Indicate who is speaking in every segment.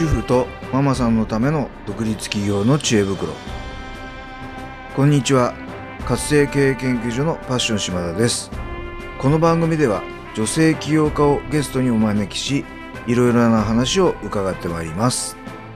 Speaker 1: 主婦とママさんのための独立企業の知恵袋。こんにちは。活性経営研究所のパッション島田です。この番組では女性起業家をゲストにお招きし、いろいろな話を伺ってまいります。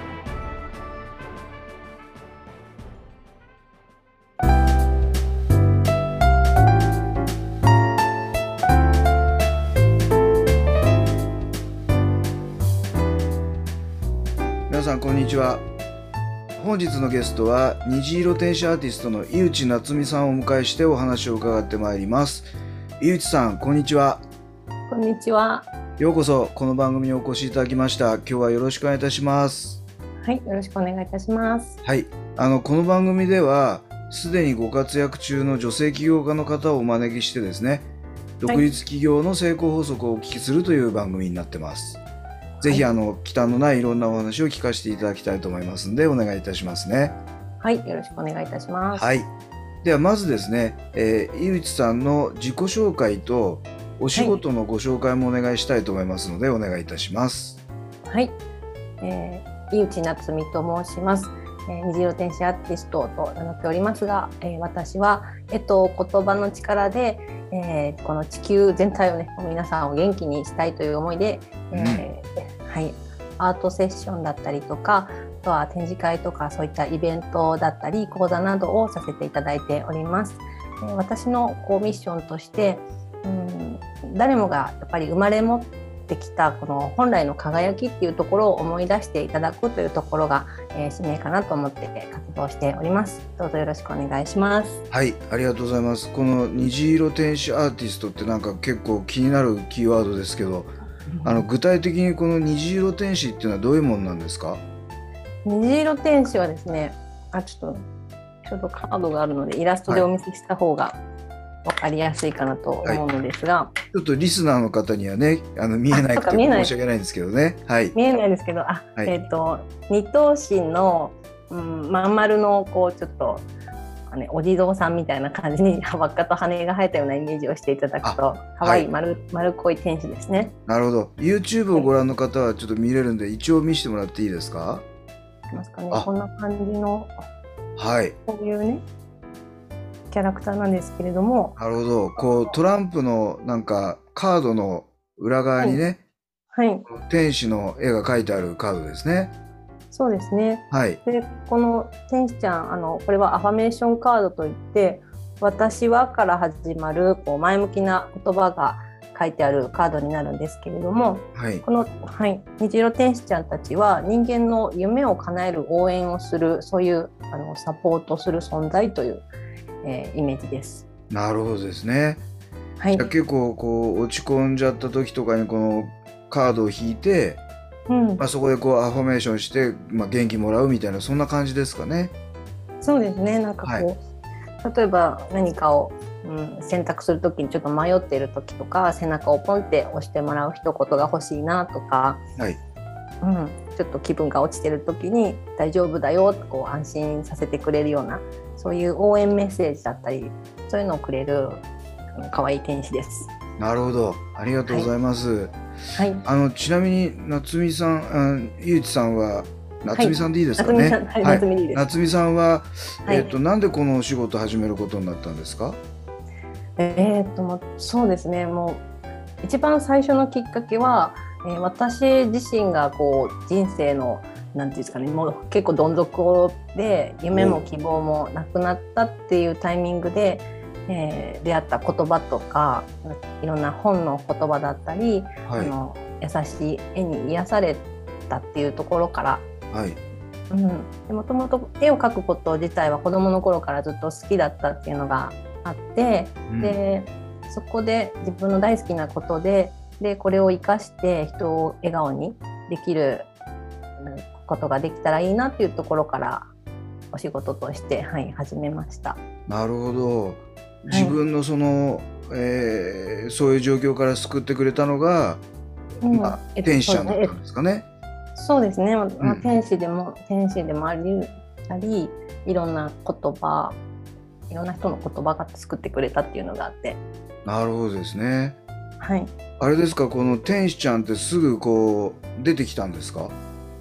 Speaker 1: 皆さんこんにちは。本日のゲストは虹色天使アーティストの井内夏美さんをお迎えしてお話を伺ってまいります。井内さんこんにちは。
Speaker 2: こんにちは。
Speaker 1: ようこそこの番組にお越しいただきました。今日はよろしくお願いいたします。
Speaker 2: はい、よろしくお願いいたします。
Speaker 1: はい、この番組ではすでにご活躍中の女性起業家の方をお招きしてですね、独立企業の成功法則をお聞きするという番組になってます。ぜひ忌憚のないいろんなお話を聞かせていただきたいと思いますのでお願いいたしますね。
Speaker 2: はい、よろしくお願いいたします。
Speaker 1: はい、ではまずですね、井内さんの自己紹介とお仕事のご紹介もお願いしたいと思いますのでお願いいたします。
Speaker 2: はい、井内夏美と申します。虹色天使アーティストと名乗っておりますが、私は、言葉の力で、この地球全体をね、皆さんを元気にしたいという思いで、はい、アートセッションだったりとか、あとは展示会とかそういったイベントだったり講座などをさせていただいております。私のミッションとして、誰もがやっぱり生まれ持ってきたこの本来の輝きっていうところを思い出していただくというところが、使命かなと思って活動しております。どうぞよろしくお願いします。
Speaker 1: はい、ありがとうございます。この虹色天使アーティストってなんか結構気になるキーワードですけど、具体的にこの虹色天使っていうのはどういうものなんですか？
Speaker 2: 虹色天使はですね、ちょっとカードがあるのでイラストでお見せした方が分かりやすいかなと思うのですが、
Speaker 1: ちょっとリスナーの方にはね見えなくて申し訳ないんですけどね。はい、
Speaker 2: 見えないですけど、二頭身の、まん丸のちょっとお地蔵さんみたいな感じに輪っかと羽が生えたようなイメージをしていただくと可愛い丸っこい天使ですね。
Speaker 1: なるほど。 YouTube をご覧の方はちょっと見れるんで一応見せてもらっていいですか？
Speaker 2: ますかね。こんな感じの、こういうねキャラクターなんですけれども、
Speaker 1: なるほど。トランプのなんかカードの裏側にね、天使の絵が描いてあるカードですね。
Speaker 2: そうですね。でこの天使ちゃん、これはアファメーションカードといって、私はから始まる前向きな言葉が書いてあるカードになるんですけれども、この、虹色天使ちゃんたちは人間の夢を叶える応援をする、そういうサポートする存在というイメージです。
Speaker 1: なるほどですね。じゃあ結構落ち込んじゃった時とかにこのカードを引いて、そこでアファメーションして、元気もらうみたいなそんな感じですかね。
Speaker 2: そうですね。なんか例えば何かを、選択する時にちょっと迷っている時とか、背中をポンって押してもらう一言が欲しいなとか、ちょっと気分が落ちてる時に大丈夫だよと安心させてくれるような、そういう応援メッセージだったり、そういうのをくれる可愛い天使です。
Speaker 1: なるほど、ありがとうございます。ちなみに夏美さん、井内さんは夏美さんでいいですかね？夏美さんは、なんでこのお仕事を始めることになったんですか？
Speaker 2: そうですね。もう一番最初のきっかけは、私自身が人生のなんていうんですかね、もう結構どん底で夢も希望もなくなったっていうタイミングで、出会った言葉とか、いろんな本の言葉だったり、優しい絵に癒されたっていうところから、もともと絵を描くこと自体は子どもの頃からずっと好きだったっていうのがあって、でそこで自分の大好きなことでこれを生かして人を笑顔にできることができたらいいなっていうところからお仕事として、始めました。な
Speaker 1: るほど。自分のそういう状況から救ってくれたのが、天使ちゃんだったんですかね。
Speaker 2: そうですね。天使でもあり、いろんな言葉、いろんな人の言葉が救ってくれたっていうのがあって。
Speaker 1: なるほどですね。あれですか、この天使ちゃんってすぐ出てきたんですか？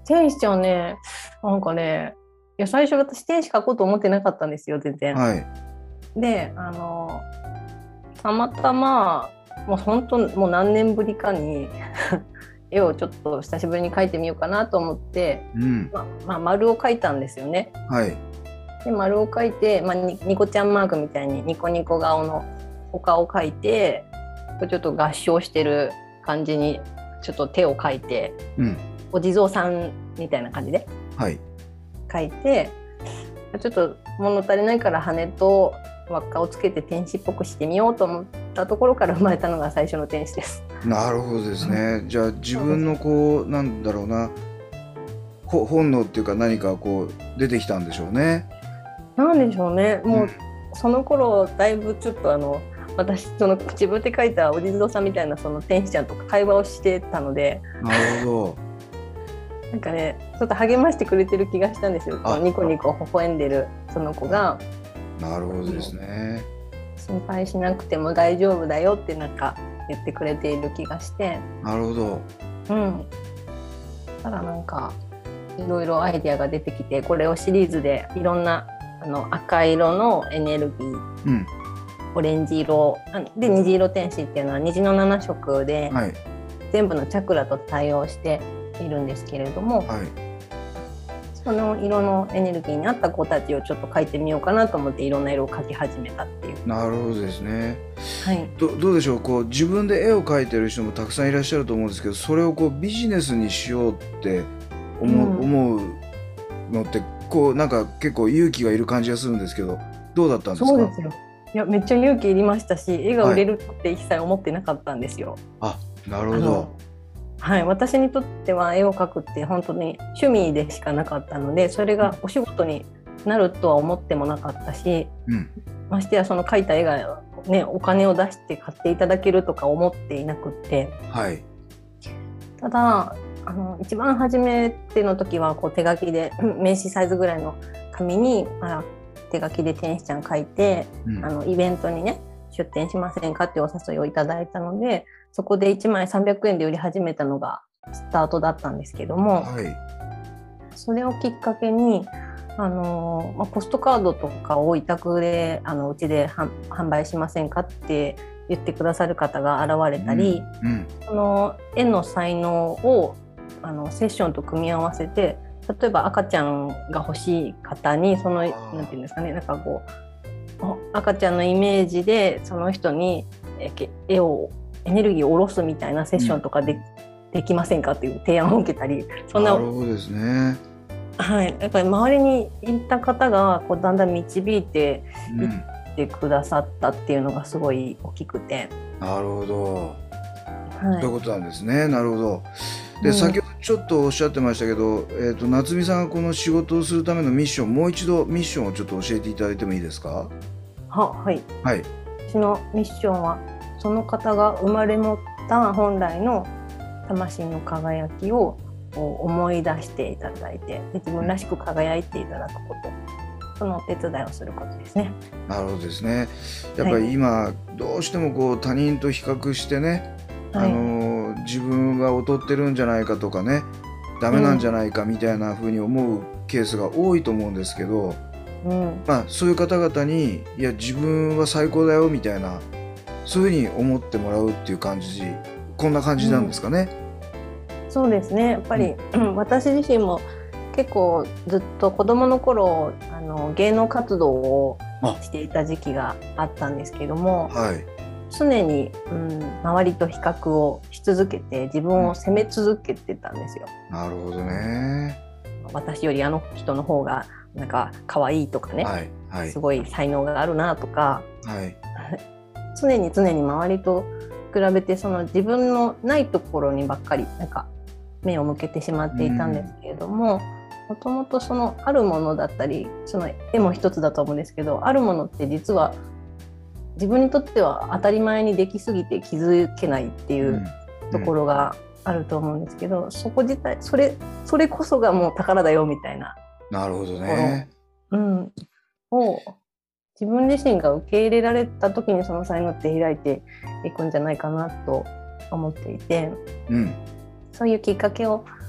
Speaker 2: 天使ちゃんね、なんかね、いや最初私天使描こうと思ってなかったんですよ、全然。
Speaker 1: はい。
Speaker 2: で、たまたま、もう本当もう何年ぶりかに絵をちょっと久しぶりに描いてみようかなと思って、
Speaker 1: うん。
Speaker 2: 丸を描いたんですよね。
Speaker 1: はい。
Speaker 2: で丸を描いて、ニコちゃんマークみたいにニコニコ顔のお顔を描いて、ちょっと合唱してる感じにちょっと手を描いて、
Speaker 1: うん。
Speaker 2: お地蔵さんみたいな感じで
Speaker 1: はい。
Speaker 2: 描いて、ちょっと物足りないから羽と輪っかをつけて天使っぽくしてみようと思ったところから生まれたのが最初の天使です。
Speaker 1: なるほどですね。じゃあ自分のこう、なんだろうな、本能っていうか何かこう出てきたんでしょうね。
Speaker 2: なんでしょうね。
Speaker 1: うん。
Speaker 2: もうその頃だいぶちょっと私その自分で描いたお地蔵さんみたいなその天使ちゃんとか会話をしてたので、
Speaker 1: なるほど。
Speaker 2: なんかねちょっと励ましてくれてる気がしたんですよ。
Speaker 1: あ、
Speaker 2: ニコニコ微笑んでるその子が、
Speaker 1: なるほどですね。
Speaker 2: 心配しなくても大丈夫だよってなんか言ってくれている気がして、
Speaker 1: なるほど。
Speaker 2: うん。ただなんかいろいろアイデアが出てきて、これをシリーズでいろんな赤色のエネルギー、
Speaker 1: うん。
Speaker 2: オレンジ色で虹色天使っていうのは虹の7色で
Speaker 1: はい。
Speaker 2: 全部のチャクラと対応しているんですけれども、
Speaker 1: はい。
Speaker 2: その色のエネルギーに合った子たちをちょっと描いてみようかなと思っていろんな色を描き始めたっていう。
Speaker 1: なるほどですね。
Speaker 2: はい。
Speaker 1: どうでしょう、こう自分で絵を描いてる人もたくさんいらっしゃると思うんですけど、それをこうビジネスにしようって思うのってこうなんか結構勇気がいる感じがするんですけど、どうだったんですか？
Speaker 2: そうですよ。いやめっちゃ勇気いりましたし、絵が売
Speaker 1: はい。
Speaker 2: れるって一切思ってなかったんですよ。
Speaker 1: あ、なるほど。
Speaker 2: あのはい、私にとっては絵を描くって本当に趣味でしかなかったので、それがお仕事になるとは思ってもなかったし、
Speaker 1: うん。
Speaker 2: ましてやその描いた絵が、ね、お金を出して買っていただけるとか思っていなくって、
Speaker 1: はい。
Speaker 2: ただ一番初めての時はこう手書きで名刺サイズぐらいの紙に、手書きで天使ちゃん描いて、
Speaker 1: うん。
Speaker 2: イベントにね出店しませんかってお誘いをいただいたので、そこで1枚300円で売り始めたのがスタートだったんですけども、
Speaker 1: はい。
Speaker 2: それをきっかけにポストカードとかを委託でうちで販売しませんかって言ってくださる方が現れ
Speaker 1: うん。
Speaker 2: たり、
Speaker 1: うん。
Speaker 2: その絵の才能をセッションと組み合わせて、例えば赤ちゃんが欲しい方にそのなんていうんですかね、なんかこう赤ちゃんのイメージでその人に絵をエネルギーを下ろすみたいなセッションとかできませんかっていう提案を受けたり、そんな、
Speaker 1: なるほどですね。
Speaker 2: はい、やっぱり周りにいた方がこうだんだん導いていっ
Speaker 1: うん。
Speaker 2: てくださったっていうのがすごい大きくて、
Speaker 1: なるほど。
Speaker 2: はい。
Speaker 1: そういうことなんですね。なるほど。で、
Speaker 2: うん、
Speaker 1: 先ほどちょっとおっしゃってましたけど、夏美さんがこの仕事をするためのミッション、もう一度ミッションをちょっと教えていただいてもいいですか？
Speaker 2: はい。
Speaker 1: はい。
Speaker 2: 私のミッションはその方が生まれ持った本来の魂の輝きを思い出していただいて、で自分らしく輝いていただくこと、そのお手伝いをすることですね。
Speaker 1: なるほどですね。やっ
Speaker 2: はい。
Speaker 1: ぱり今どうしてもこう他人と比較してね、
Speaker 2: はい。
Speaker 1: 自分が劣ってるんじゃないかとかね、ダメなんじゃ
Speaker 2: うん。
Speaker 1: ないかみたいな風に思うケースが多いと思うんですけど、
Speaker 2: うん。
Speaker 1: まあそういう方々に、いや自分は最高だよみたいな、そういう風に思ってもらうっていう感じ、こんな感じなんで
Speaker 2: うん。
Speaker 1: すかね。
Speaker 2: そうですね。やっぱ
Speaker 1: うん。
Speaker 2: り私自身も結構ずっと子供の頃芸能活動を
Speaker 1: あ、
Speaker 2: していた時期があったんですけれども、
Speaker 1: はい。
Speaker 2: 常に、周りと比較をし続けて自分を
Speaker 1: うん。
Speaker 2: 責め続けてたんですよ。
Speaker 1: なるほどね。
Speaker 2: 私よりあの人の方がなんか可愛いとかね、
Speaker 1: はい、はい、
Speaker 2: すごい才能があるなとか、
Speaker 1: はい。
Speaker 2: 常に周りと比べてその自分のないところにばっかりなんか目を向けてしまっていたんですけれども、もともとそのあるものだったり、その絵も一つだと思うんですけど、あるものって実は自分にとっては当たり前にできすぎて気づけないってい
Speaker 1: うん、
Speaker 2: うと
Speaker 1: うん。
Speaker 2: ころがあると思うんですけど、そこ自体それこそがもう宝だよみたいな
Speaker 1: なるほど
Speaker 2: ところ、
Speaker 1: ね。
Speaker 2: を自分自身が受け入れられた時にその才能って開いていくんじゃないかなと思っていて、
Speaker 1: うん。
Speaker 2: そういうきっかけを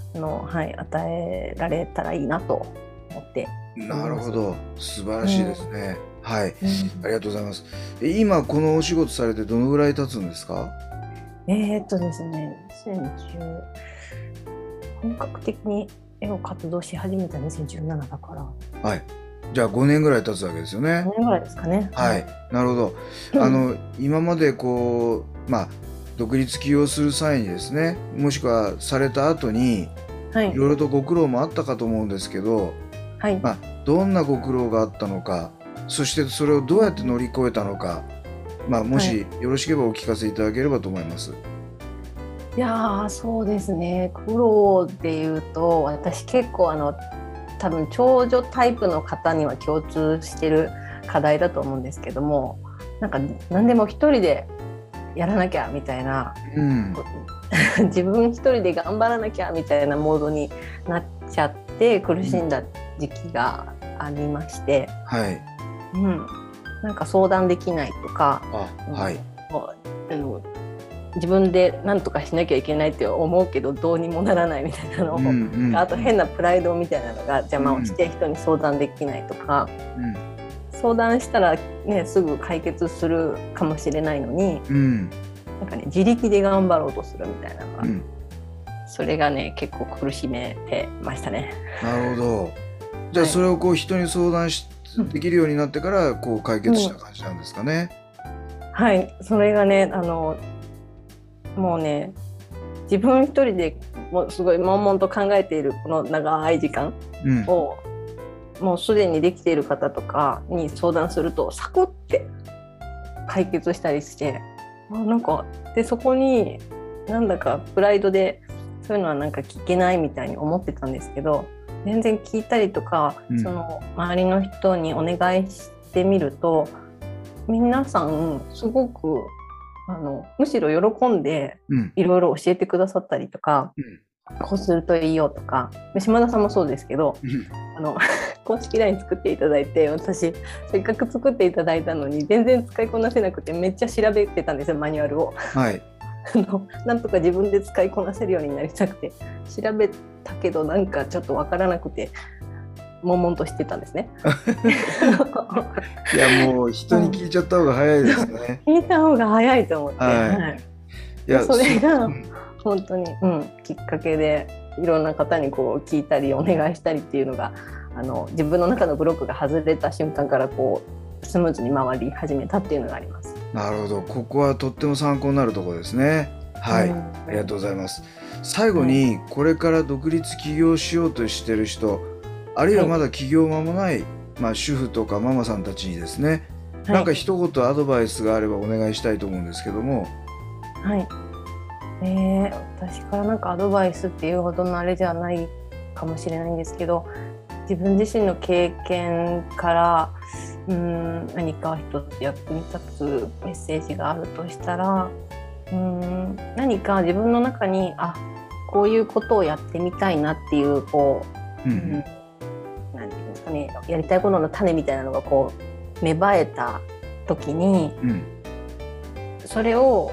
Speaker 2: はい、与えられたらいいなと思っており
Speaker 1: なる
Speaker 2: ます。
Speaker 1: ほど。素晴
Speaker 2: う
Speaker 1: らしいです
Speaker 2: ん、
Speaker 1: ね。はい。
Speaker 2: う
Speaker 1: ありが
Speaker 2: ん。
Speaker 1: とうございます。今このお仕事されてどのぐらい経つんですか？
Speaker 2: ですね、2010、本格的に絵を活動し始めた2017だから、
Speaker 1: はい。じゃあ5年ぐらい経つわけですよね。
Speaker 2: 5年ぐらいですかね。はい。
Speaker 1: はい。なるほど。
Speaker 2: うん。
Speaker 1: 今までこう、独立起業する際にですね、もしくはされた後に、
Speaker 2: はい。
Speaker 1: いろいろとご苦労もあったかと思うんですけど、
Speaker 2: はい。
Speaker 1: どんなご苦労があったのか、そしてそれをどうやって乗り越えたのか、も
Speaker 2: はい。
Speaker 1: しよろしければお聞かせいただければと思います。
Speaker 2: いやー、そうですね。苦労で言うと、私結構多分長女タイプの方には共通してる課題だと思うんですけども、なんか何でも一人でやらなきゃみたいな、
Speaker 1: うん。
Speaker 2: こう自分一人で頑張らなきゃみたいなモードになっちゃって苦
Speaker 1: うん。
Speaker 2: しんだ時期がありまして、
Speaker 1: はい。
Speaker 2: うん、なんか相談できないとか、
Speaker 1: あ、
Speaker 2: うん、
Speaker 1: はい。
Speaker 2: もう自分で何とかしなきゃいけないって思うけどどうにもならないみたいなの
Speaker 1: うんう
Speaker 2: を、あと変
Speaker 1: ん
Speaker 2: なプライドみたいなのが邪
Speaker 1: うん。
Speaker 2: 魔をして人に相談できないとか、
Speaker 1: うん。
Speaker 2: 相談したら、ね、すぐ解決するかもしれないのに、
Speaker 1: うん。
Speaker 2: なんかね、自力で頑張ろうとするみたいなのが、
Speaker 1: うん。
Speaker 2: それがね結構苦しめてましたね。
Speaker 1: なるほど。じゃあ
Speaker 2: はい。
Speaker 1: それをこう人に相談
Speaker 2: うん、
Speaker 1: できるようになってからこう解決した
Speaker 2: うん、
Speaker 1: 感じなんですかね。
Speaker 2: はい、それがねもうね、自分一人でもうすごい悶々と考えているこの長い時間
Speaker 1: うん。
Speaker 2: をもうすでにできている方とかに相談するとサクッて解決したりして、なんかでそこになんだかプライドでそういうのはなんか聞けないみたいに思ってたんですけど、全然聞いたりとか
Speaker 1: うん。
Speaker 2: その周りの人にお願いしてみると、皆さんすごくむしろ喜んで
Speaker 1: うん。
Speaker 2: いろいろ教えてくださったりとか、
Speaker 1: うん。
Speaker 2: こうするといいよとか、島田さんもそうですけど、
Speaker 1: うん。
Speaker 2: あの公式 LINE 作っていただいて、私せっかく作っていただいたのに全然使いこなせなくてめっちゃ調べてたんですよ、マニュアルを。
Speaker 1: はい。
Speaker 2: なんとか自分で使いこなせるようになりたくて調べたけど、なんかちょっとわからなくて悶々としてたんですね。
Speaker 1: いやもう人に聞いちゃった方が早いですね。
Speaker 2: 聞いた方が早いと思って、
Speaker 1: はい。
Speaker 2: はい、
Speaker 1: いや、
Speaker 2: それが
Speaker 1: うん。
Speaker 2: 本当に、きっかけでいろんな方にこう聞いたりお願いしたりっていうのが、自分の中のブロックが外れた瞬間からこうスムーズに回り始めたっていうのがあります。
Speaker 1: なるほど。ここはとっても参考になるところですね。はい。
Speaker 2: うん、
Speaker 1: ありがとうございます。最後
Speaker 2: はい、
Speaker 1: にこれから独立起業しようとしている人、あるい
Speaker 2: はい、
Speaker 1: はまだ起業間もない、主婦とかママさんたちにですね、なんか
Speaker 2: はい、
Speaker 1: 一言アドバイスがあればお願いしたいと思うんですけども。
Speaker 2: はい。私からなんかアドバイスっていうほどのあれじゃないかもしれないんですけど、自分自身の経験から何か一つ役に立つメッセージがあるとしたら、何か自分の中にこういうことをやってみたいなっていうこう、
Speaker 1: うんうん。
Speaker 2: なんていうんですかね、やりたいことの種みたいなのがこう芽生えた時に、
Speaker 1: うん。
Speaker 2: それを、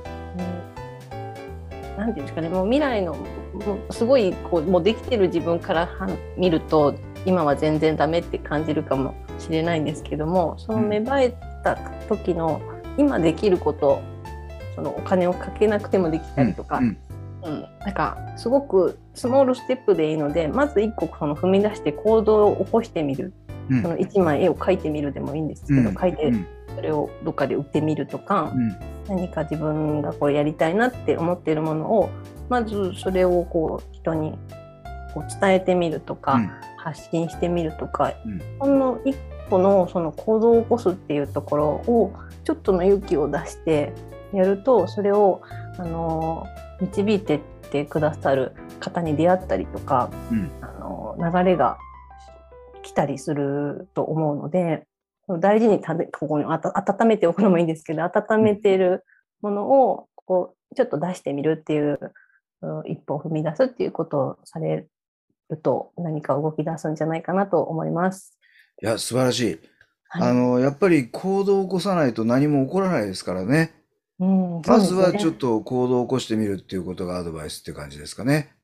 Speaker 2: なんていうんですかね、もう未来のもうすごいこうもうできてる自分から見ると今は全然ダメって感じるかもしれないんですけども、その芽
Speaker 1: うん。
Speaker 2: 生えた時の今できること、そのお金をかけなくてもでき
Speaker 1: うん。
Speaker 2: たりとか、
Speaker 1: うん。
Speaker 2: なんかすごくスモールステップでいいので、まず一個その踏み出して行動を起こしてみる。
Speaker 1: うん。
Speaker 2: その一枚絵を描いてみるでもいいんですけど、
Speaker 1: うん。
Speaker 2: 描いて
Speaker 1: うん。
Speaker 2: それをどっかで売ってみるとか、
Speaker 1: うん。
Speaker 2: 何か自分がこれやりたいなって思っているものをまずそれをこう人にこう伝えてみるとか
Speaker 1: うん。
Speaker 2: 発信してみるとか、
Speaker 1: うん。
Speaker 2: ほんの一歩のその行動を起こすっていうところをちょっとの勇気を出してやると、それを導いてってくださる方に出会ったりとか、
Speaker 1: うん。
Speaker 2: 流れが来たりすると思うので、大事にここに温めておくのもいいんですけど、温めているものをこうちょっと出してみるっていう、一歩を踏み出すっていうことをされると何か動き出すんじゃないかなと思います。
Speaker 1: いや、素晴らしい。
Speaker 2: はい。
Speaker 1: やっぱり行動を起こさないと何も起こらないですからね。
Speaker 2: うん、そうで
Speaker 1: まずはちょっ
Speaker 2: すね。
Speaker 1: と行動を起こしてみるっていうことがアドバイスっていう感じですかね。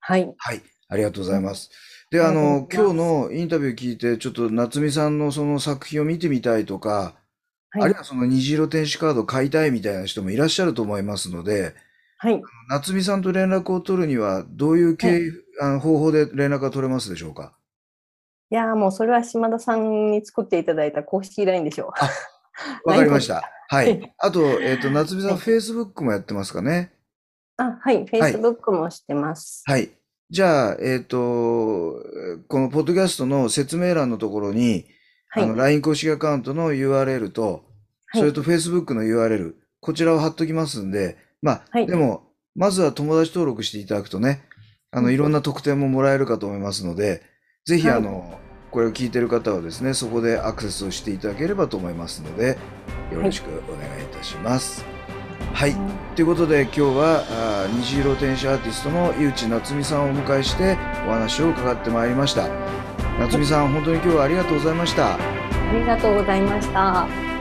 Speaker 2: はい。
Speaker 1: はい、ありがとうございます。で、
Speaker 2: ありがとうござい
Speaker 1: 今日
Speaker 2: ます。
Speaker 1: のインタビュー聞いて、ちょっと夏美さんのその作品を見てみたいとか、
Speaker 2: はい。
Speaker 1: あるいはその虹色天使カードを買いたいみたいな人もいらっしゃると思いますので、
Speaker 2: はい。
Speaker 1: 夏美さんと連絡を取るには、どういう
Speaker 2: はい。
Speaker 1: 方法で連絡が取れますでしょうか？
Speaker 2: いやー、もうそれは島田さんに作っていただいた公式 LINE でしょう。
Speaker 1: あ、わか
Speaker 2: LINE
Speaker 1: り
Speaker 2: 公式。
Speaker 1: ました。はい。
Speaker 2: はい。
Speaker 1: あと、夏美さん、
Speaker 2: はい。
Speaker 1: Facebook もやってますかね？
Speaker 2: あ、はい。
Speaker 1: はい。
Speaker 2: Facebook もしてます。
Speaker 1: はい。じゃあ、このポッドキャストの説明欄のところに、
Speaker 2: はい。
Speaker 1: LINE 公式アカウントの URL と、
Speaker 2: はい。
Speaker 1: それと Facebook の URL、こちらを貼っときますんで、まあ、
Speaker 2: はい。
Speaker 1: でも、まずは友達登録していただくとね、い
Speaker 2: うん。
Speaker 1: ろんな特典ももらえるかと思いますので、ぜひ、
Speaker 2: はい。
Speaker 1: これを聞いている方はですね、そこでアクセスをしていただければと思いますので、よ
Speaker 2: はい。
Speaker 1: ろしくお願いいたします。はい。
Speaker 2: うん。
Speaker 1: ということで今日は虹色天使アーティストの井内夏美さんをお迎えしてお話を伺ってまいりました。
Speaker 2: はい。
Speaker 1: 夏美さん、本当に今日はありがとうございました。
Speaker 2: ありがとうございました。